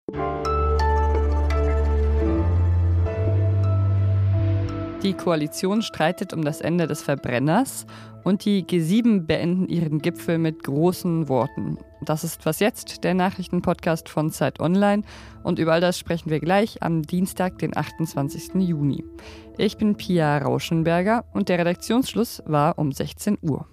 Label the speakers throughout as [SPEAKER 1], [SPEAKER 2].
[SPEAKER 1] Die Koalition streitet um das Ende des Verbrenners und die G7 beenden ihren Gipfel mit großen Worten. Das ist Was jetzt, der Nachrichtenpodcast von Zeit Online, und über all das sprechen wir gleich am Dienstag, den 28. Juni. Ich bin Pia Rauschenberger und der Redaktionsschluss war um 16 Uhr.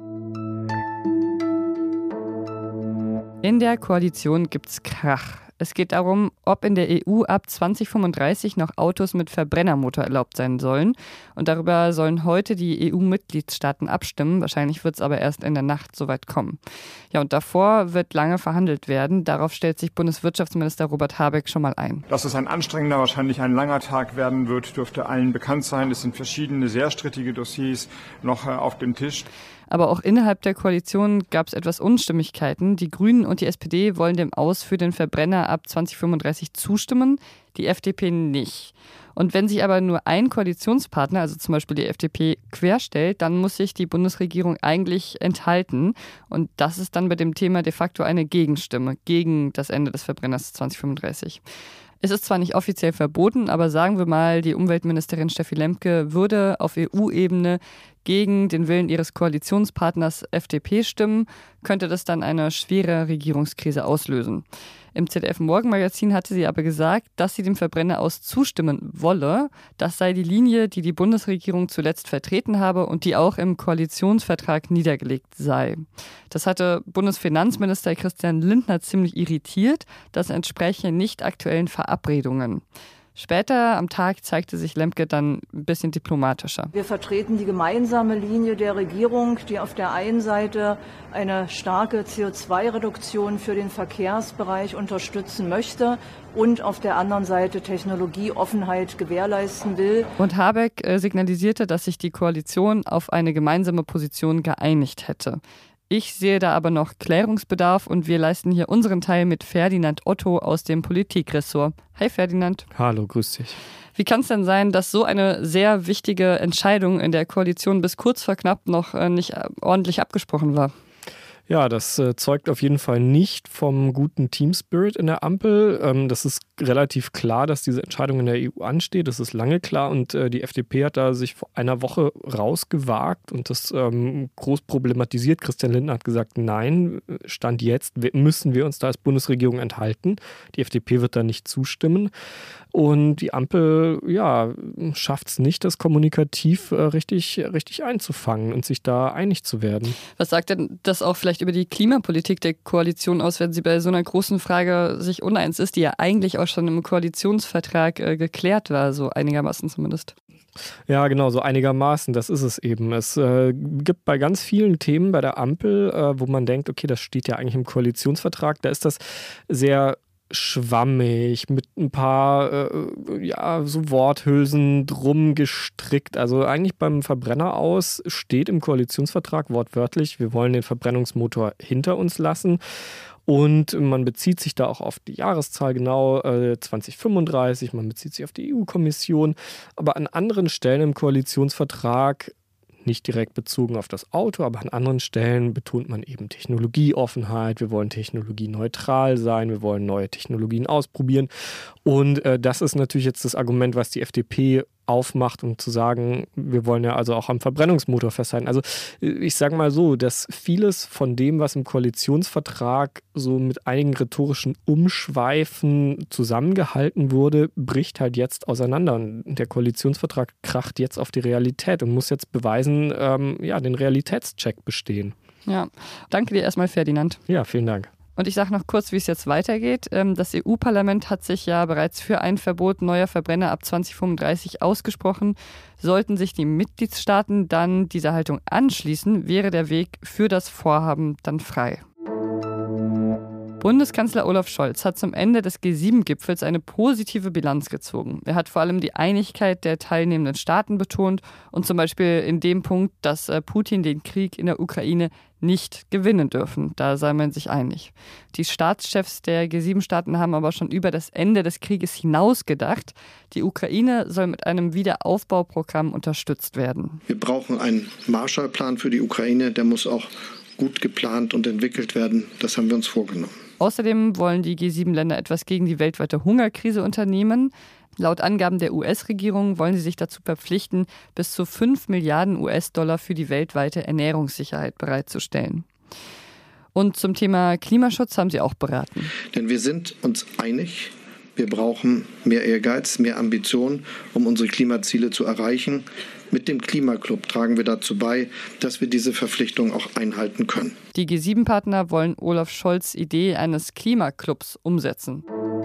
[SPEAKER 1] In der Koalition gibt's Krach. Es geht darum, ob in der EU ab 2035 noch Autos mit Verbrennermotor erlaubt sein sollen. Und darüber sollen heute die EU-Mitgliedstaaten abstimmen. Wahrscheinlich wird es aber erst in der Nacht soweit kommen. Ja, und davor wird lange verhandelt werden. Darauf stellt sich Bundeswirtschaftsminister Robert Habeck schon mal ein.
[SPEAKER 2] Dass es ein anstrengender, wahrscheinlich ein langer Tag werden wird, dürfte allen bekannt sein. Es sind verschiedene sehr strittige Dossiers noch auf dem Tisch.
[SPEAKER 1] Aber auch innerhalb der Koalition gab es etwas Unstimmigkeiten. Die Grünen und die SPD wollen dem Aus für den Verbrenner ab 2035 zustimmen, die FDP nicht. Und wenn sich aber nur ein Koalitionspartner, also zum Beispiel die FDP, querstellt, dann muss sich die Bundesregierung eigentlich enthalten. Und das ist dann bei dem Thema de facto eine Gegenstimme gegen das Ende des Verbrenners 2035. Es ist zwar nicht offiziell verboten, aber sagen wir mal, die Umweltministerin Steffi Lemke würde auf EU-Ebene gegen den Willen ihres Koalitionspartners FDP stimmen, könnte das dann eine schwere Regierungskrise auslösen. Im ZDF-Morgenmagazin hatte sie aber gesagt, dass sie dem Verbrenner aus zustimmen wolle. Das sei die Linie, die die Bundesregierung zuletzt vertreten habe und die auch im Koalitionsvertrag niedergelegt sei. Das hatte Bundesfinanzminister Christian Lindner ziemlich irritiert. Das entspreche nicht aktuellen Verabredungen. Später am Tag zeigte sich Lemke dann ein bisschen diplomatischer.
[SPEAKER 3] Wir vertreten die gemeinsame Linie der Regierung, die auf der einen Seite eine starke CO2-Reduktion für den Verkehrsbereich unterstützen möchte und auf der anderen Seite Technologieoffenheit gewährleisten will.
[SPEAKER 1] Und Habeck signalisierte, dass sich die Koalition auf eine gemeinsame Position geeinigt hätte. Ich sehe da aber noch Klärungsbedarf und wir leisten hier unseren Teil mit Ferdinand Otto aus dem Politikressort. Hi Ferdinand.
[SPEAKER 4] Hallo, grüß dich.
[SPEAKER 1] Wie kann es denn sein, dass so eine sehr wichtige Entscheidung in der Koalition bis kurz vor knapp noch nicht ordentlich abgesprochen war?
[SPEAKER 4] Ja, das zeugt auf jeden Fall nicht vom guten Team-Spirit in der Ampel. Das ist relativ klar, dass diese Entscheidung in der EU ansteht. Das ist lange klar und die FDP hat da sich vor einer Woche rausgewagt und das groß problematisiert. Christian Lindner hat gesagt, nein, Stand jetzt müssen wir uns da als Bundesregierung enthalten. Die FDP wird da nicht zustimmen. Und die Ampel, ja, schafft es nicht, das kommunikativ richtig einzufangen und sich da einig zu werden.
[SPEAKER 1] Was sagt denn das auch vielleicht über die Klimapolitik der Koalition aus, wenn sie bei so einer großen Frage sich uneins ist, die ja eigentlich auch schon im Koalitionsvertrag geklärt war, so einigermaßen zumindest?
[SPEAKER 4] Ja, genau, so einigermaßen, das ist es eben. Es gibt bei ganz vielen Themen bei der Ampel, wo man denkt, okay, das steht ja eigentlich im Koalitionsvertrag, da ist das sehr schwammig, mit ein paar so Worthülsen drum gestrickt. Also eigentlich beim Verbrenner aus steht im Koalitionsvertrag wortwörtlich, wir wollen den Verbrennungsmotor hinter uns lassen. Und man bezieht sich da auch auf die Jahreszahl genau 2035, man bezieht sich auf die EU-Kommission. Aber an anderen Stellen im Koalitionsvertrag, nicht direkt bezogen auf das Auto, aber an anderen Stellen betont man eben Technologieoffenheit. Wir wollen technologieneutral sein, wir wollen neue Technologien ausprobieren. Und das ist natürlich jetzt das Argument, was die FDP aufmacht, um zu sagen, wir wollen ja also auch am Verbrennungsmotor festhalten. Also ich sage mal so, dass vieles von dem, was im Koalitionsvertrag so mit einigen rhetorischen Umschweifen zusammengehalten wurde, bricht halt jetzt auseinander. Und der Koalitionsvertrag kracht jetzt auf die Realität und muss jetzt beweisen, den Realitätscheck bestehen.
[SPEAKER 1] Ja, danke dir erstmal, Ferdinand.
[SPEAKER 4] Ja, vielen Dank.
[SPEAKER 1] Und ich sage noch kurz, wie es jetzt weitergeht. Das EU-Parlament hat sich ja bereits für ein Verbot neuer Verbrenner ab 2035 ausgesprochen. Sollten sich die Mitgliedstaaten dann dieser Haltung anschließen, wäre der Weg für das Vorhaben dann frei. Bundeskanzler Olaf Scholz hat zum Ende des G7-Gipfels eine positive Bilanz gezogen. Er hat vor allem die Einigkeit der teilnehmenden Staaten betont und zum Beispiel in dem Punkt, dass Putin den Krieg in der Ukraine nicht gewinnen dürfen. Da sei man sich einig. Die Staatschefs der G7-Staaten haben aber schon über das Ende des Krieges hinaus gedacht. Die Ukraine soll mit einem Wiederaufbauprogramm unterstützt werden.
[SPEAKER 5] Wir brauchen einen Marshallplan für die Ukraine. Der muss auch gut geplant und entwickelt werden. Das haben wir uns vorgenommen.
[SPEAKER 1] Außerdem wollen die G7-Länder etwas gegen die weltweite Hungerkrise unternehmen. Laut Angaben der US-Regierung wollen sie sich dazu verpflichten, bis zu 5 Milliarden US-Dollar für die weltweite Ernährungssicherheit bereitzustellen. Und zum Thema Klimaschutz haben sie auch beraten.
[SPEAKER 5] Denn wir sind uns einig, wir brauchen mehr Ehrgeiz, mehr Ambition, um unsere Klimaziele zu erreichen. Mit dem Klimaclub tragen wir dazu bei, dass wir diese Verpflichtung auch einhalten können.
[SPEAKER 1] Die G7-Partner wollen Olaf Scholz' Idee eines Klimaclubs umsetzen.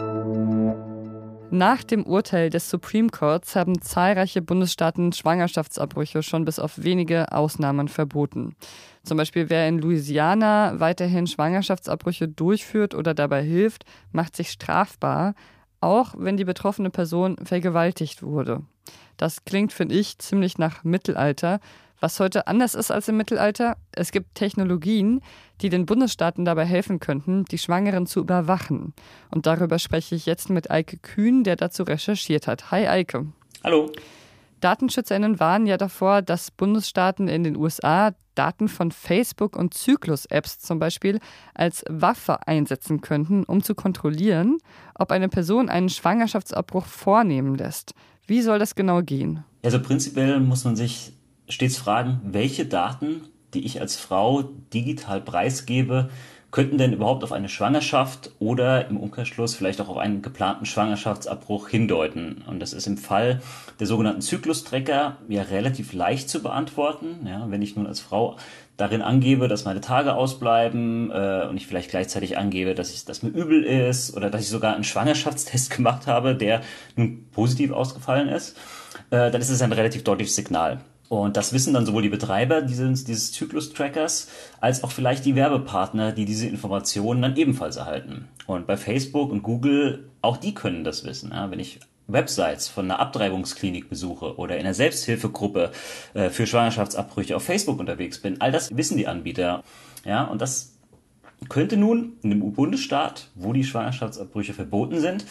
[SPEAKER 1] Nach dem Urteil des Supreme Courts haben zahlreiche Bundesstaaten Schwangerschaftsabbrüche schon bis auf wenige Ausnahmen verboten. Zum Beispiel wer in Louisiana weiterhin Schwangerschaftsabbrüche durchführt oder dabei hilft, macht sich strafbar, auch wenn die betroffene Person vergewaltigt wurde. Das klingt, finde ich, ziemlich nach Mittelalter. Was heute anders ist als im Mittelalter, es gibt Technologien, die den Bundesstaaten dabei helfen könnten, die Schwangeren zu überwachen. Und darüber spreche ich jetzt mit Eike Kühn, der dazu recherchiert hat. Hi Eike.
[SPEAKER 6] Hallo.
[SPEAKER 1] DatenschützerInnen warnen ja davor, dass Bundesstaaten in den USA Daten von Facebook und Zyklus-Apps zum Beispiel als Waffe einsetzen könnten, um zu kontrollieren, ob eine Person einen Schwangerschaftsabbruch vornehmen lässt. Wie soll das genau gehen?
[SPEAKER 6] Also prinzipiell muss man sich stets fragen, welche Daten, die ich als Frau digital preisgebe, könnten denn überhaupt auf eine Schwangerschaft oder im Umkehrschluss vielleicht auch auf einen geplanten Schwangerschaftsabbruch hindeuten. Und das ist im Fall der sogenannten Zyklus-Tracker ja relativ leicht zu beantworten. Ja, wenn ich nun als Frau darin angebe, dass meine Tage ausbleiben und ich vielleicht gleichzeitig angebe, dass mir übel ist oder dass ich sogar einen Schwangerschaftstest gemacht habe, der nun positiv ausgefallen ist, dann ist es ein relativ deutliches Signal. Und das wissen dann sowohl die Betreiber dieses Zyklus-Trackers als auch vielleicht die Werbepartner, die diese Informationen dann ebenfalls erhalten. Und bei Facebook und Google, auch die können das wissen. Ja, wenn ich Websites von einer Abtreibungsklinik besuche oder in einer Selbsthilfegruppe für Schwangerschaftsabbrüche auf Facebook unterwegs bin, all das wissen die Anbieter. Ja, und das könnte nun in einem Bundesstaat, wo die Schwangerschaftsabbrüche verboten sind,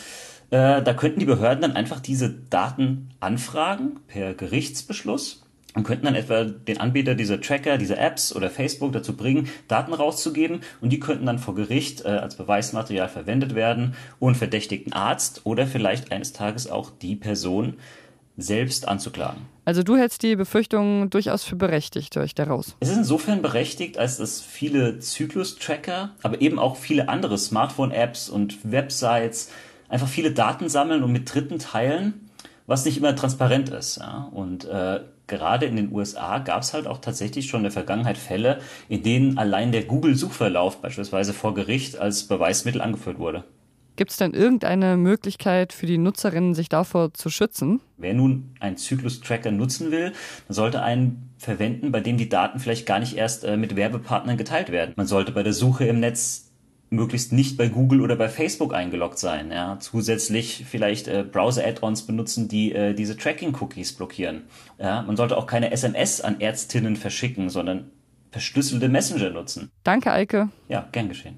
[SPEAKER 6] da könnten die Behörden dann einfach diese Daten anfragen per Gerichtsbeschluss und könnten dann etwa den Anbieter dieser Tracker, dieser Apps oder Facebook dazu bringen, Daten rauszugeben und die könnten dann vor Gericht als Beweismaterial verwendet werden und verdächtigten Arzt oder vielleicht eines Tages auch die Person selbst anzuklagen.
[SPEAKER 1] Also du hältst die Befürchtungen durchaus für berechtigt, höre ich daraus.
[SPEAKER 6] Es ist insofern berechtigt, als dass viele Zyklus-Tracker, aber eben auch viele andere Smartphone-Apps und Websites einfach viele Daten sammeln und mit Dritten teilen, was nicht immer transparent ist. Ja? Und gerade in den USA gab es halt auch tatsächlich schon in der Vergangenheit Fälle, in denen allein der Google-Suchverlauf beispielsweise vor Gericht als Beweismittel angeführt wurde.
[SPEAKER 1] Gibt es denn irgendeine Möglichkeit für die Nutzerinnen, sich davor zu schützen?
[SPEAKER 6] Wer nun einen Zyklus-Tracker nutzen will, dann sollte einen verwenden, bei dem die Daten vielleicht gar nicht erst mit Werbepartnern geteilt werden. Man sollte bei der Suche im Netz möglichst nicht bei Google oder bei Facebook eingeloggt sein. Ja. Zusätzlich vielleicht Browser-Add-ons benutzen, die diese Tracking-Cookies blockieren. Ja. Man sollte auch keine SMS an Ärztinnen verschicken, sondern verschlüsselte Messenger nutzen.
[SPEAKER 1] Danke, Eike.
[SPEAKER 6] Ja, gern geschehen.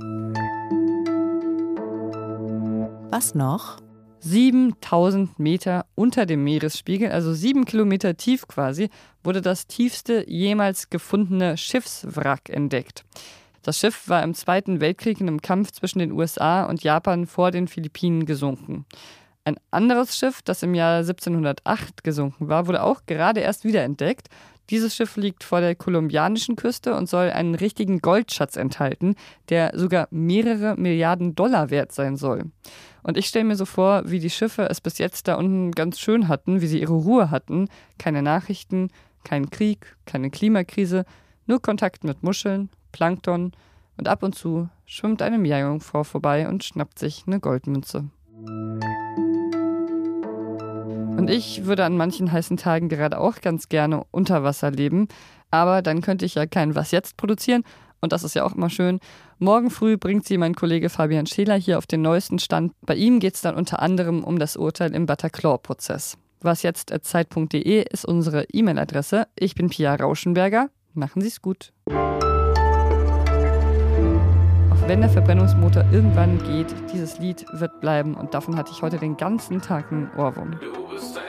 [SPEAKER 7] Was noch?
[SPEAKER 1] 7000 Meter unter dem Meeresspiegel, also 7 Kilometer tief quasi, wurde das tiefste jemals gefundene Schiffswrack entdeckt. Das Schiff war im Zweiten Weltkrieg in einem Kampf zwischen den USA und Japan vor den Philippinen gesunken. Ein anderes Schiff, das im Jahr 1708 gesunken war, wurde auch gerade erst wiederentdeckt. Dieses Schiff liegt vor der kolumbianischen Küste und soll einen richtigen Goldschatz enthalten, der sogar mehrere Milliarden Dollar wert sein soll. Und ich stelle mir so vor, wie die Schiffe es bis jetzt da unten ganz schön hatten, wie sie ihre Ruhe hatten. Keine Nachrichten, kein Krieg, keine Klimakrise, nur Kontakt mit Muscheln, Plankton und ab und zu schwimmt eine Meerjungfrau vorbei und schnappt sich eine Goldmünze. Und ich würde an manchen heißen Tagen gerade auch ganz gerne unter Wasser leben, aber dann könnte ich ja kein Was jetzt produzieren und das ist ja auch immer schön. Morgen früh bringt sie mein Kollege Fabian Scheler hier auf den neuesten Stand. Bei ihm geht es dann unter anderem um das Urteil im Bataclan-Prozess. wasjetzt@zeit.de ist unsere E-Mail-Adresse. Ich bin Pia Rauschenberger. Machen Sie es gut. Wenn der Verbrennungsmotor irgendwann geht, dieses Lied wird bleiben und davon hatte ich heute den ganzen Tag einen Ohrwurm.
[SPEAKER 8] Du bist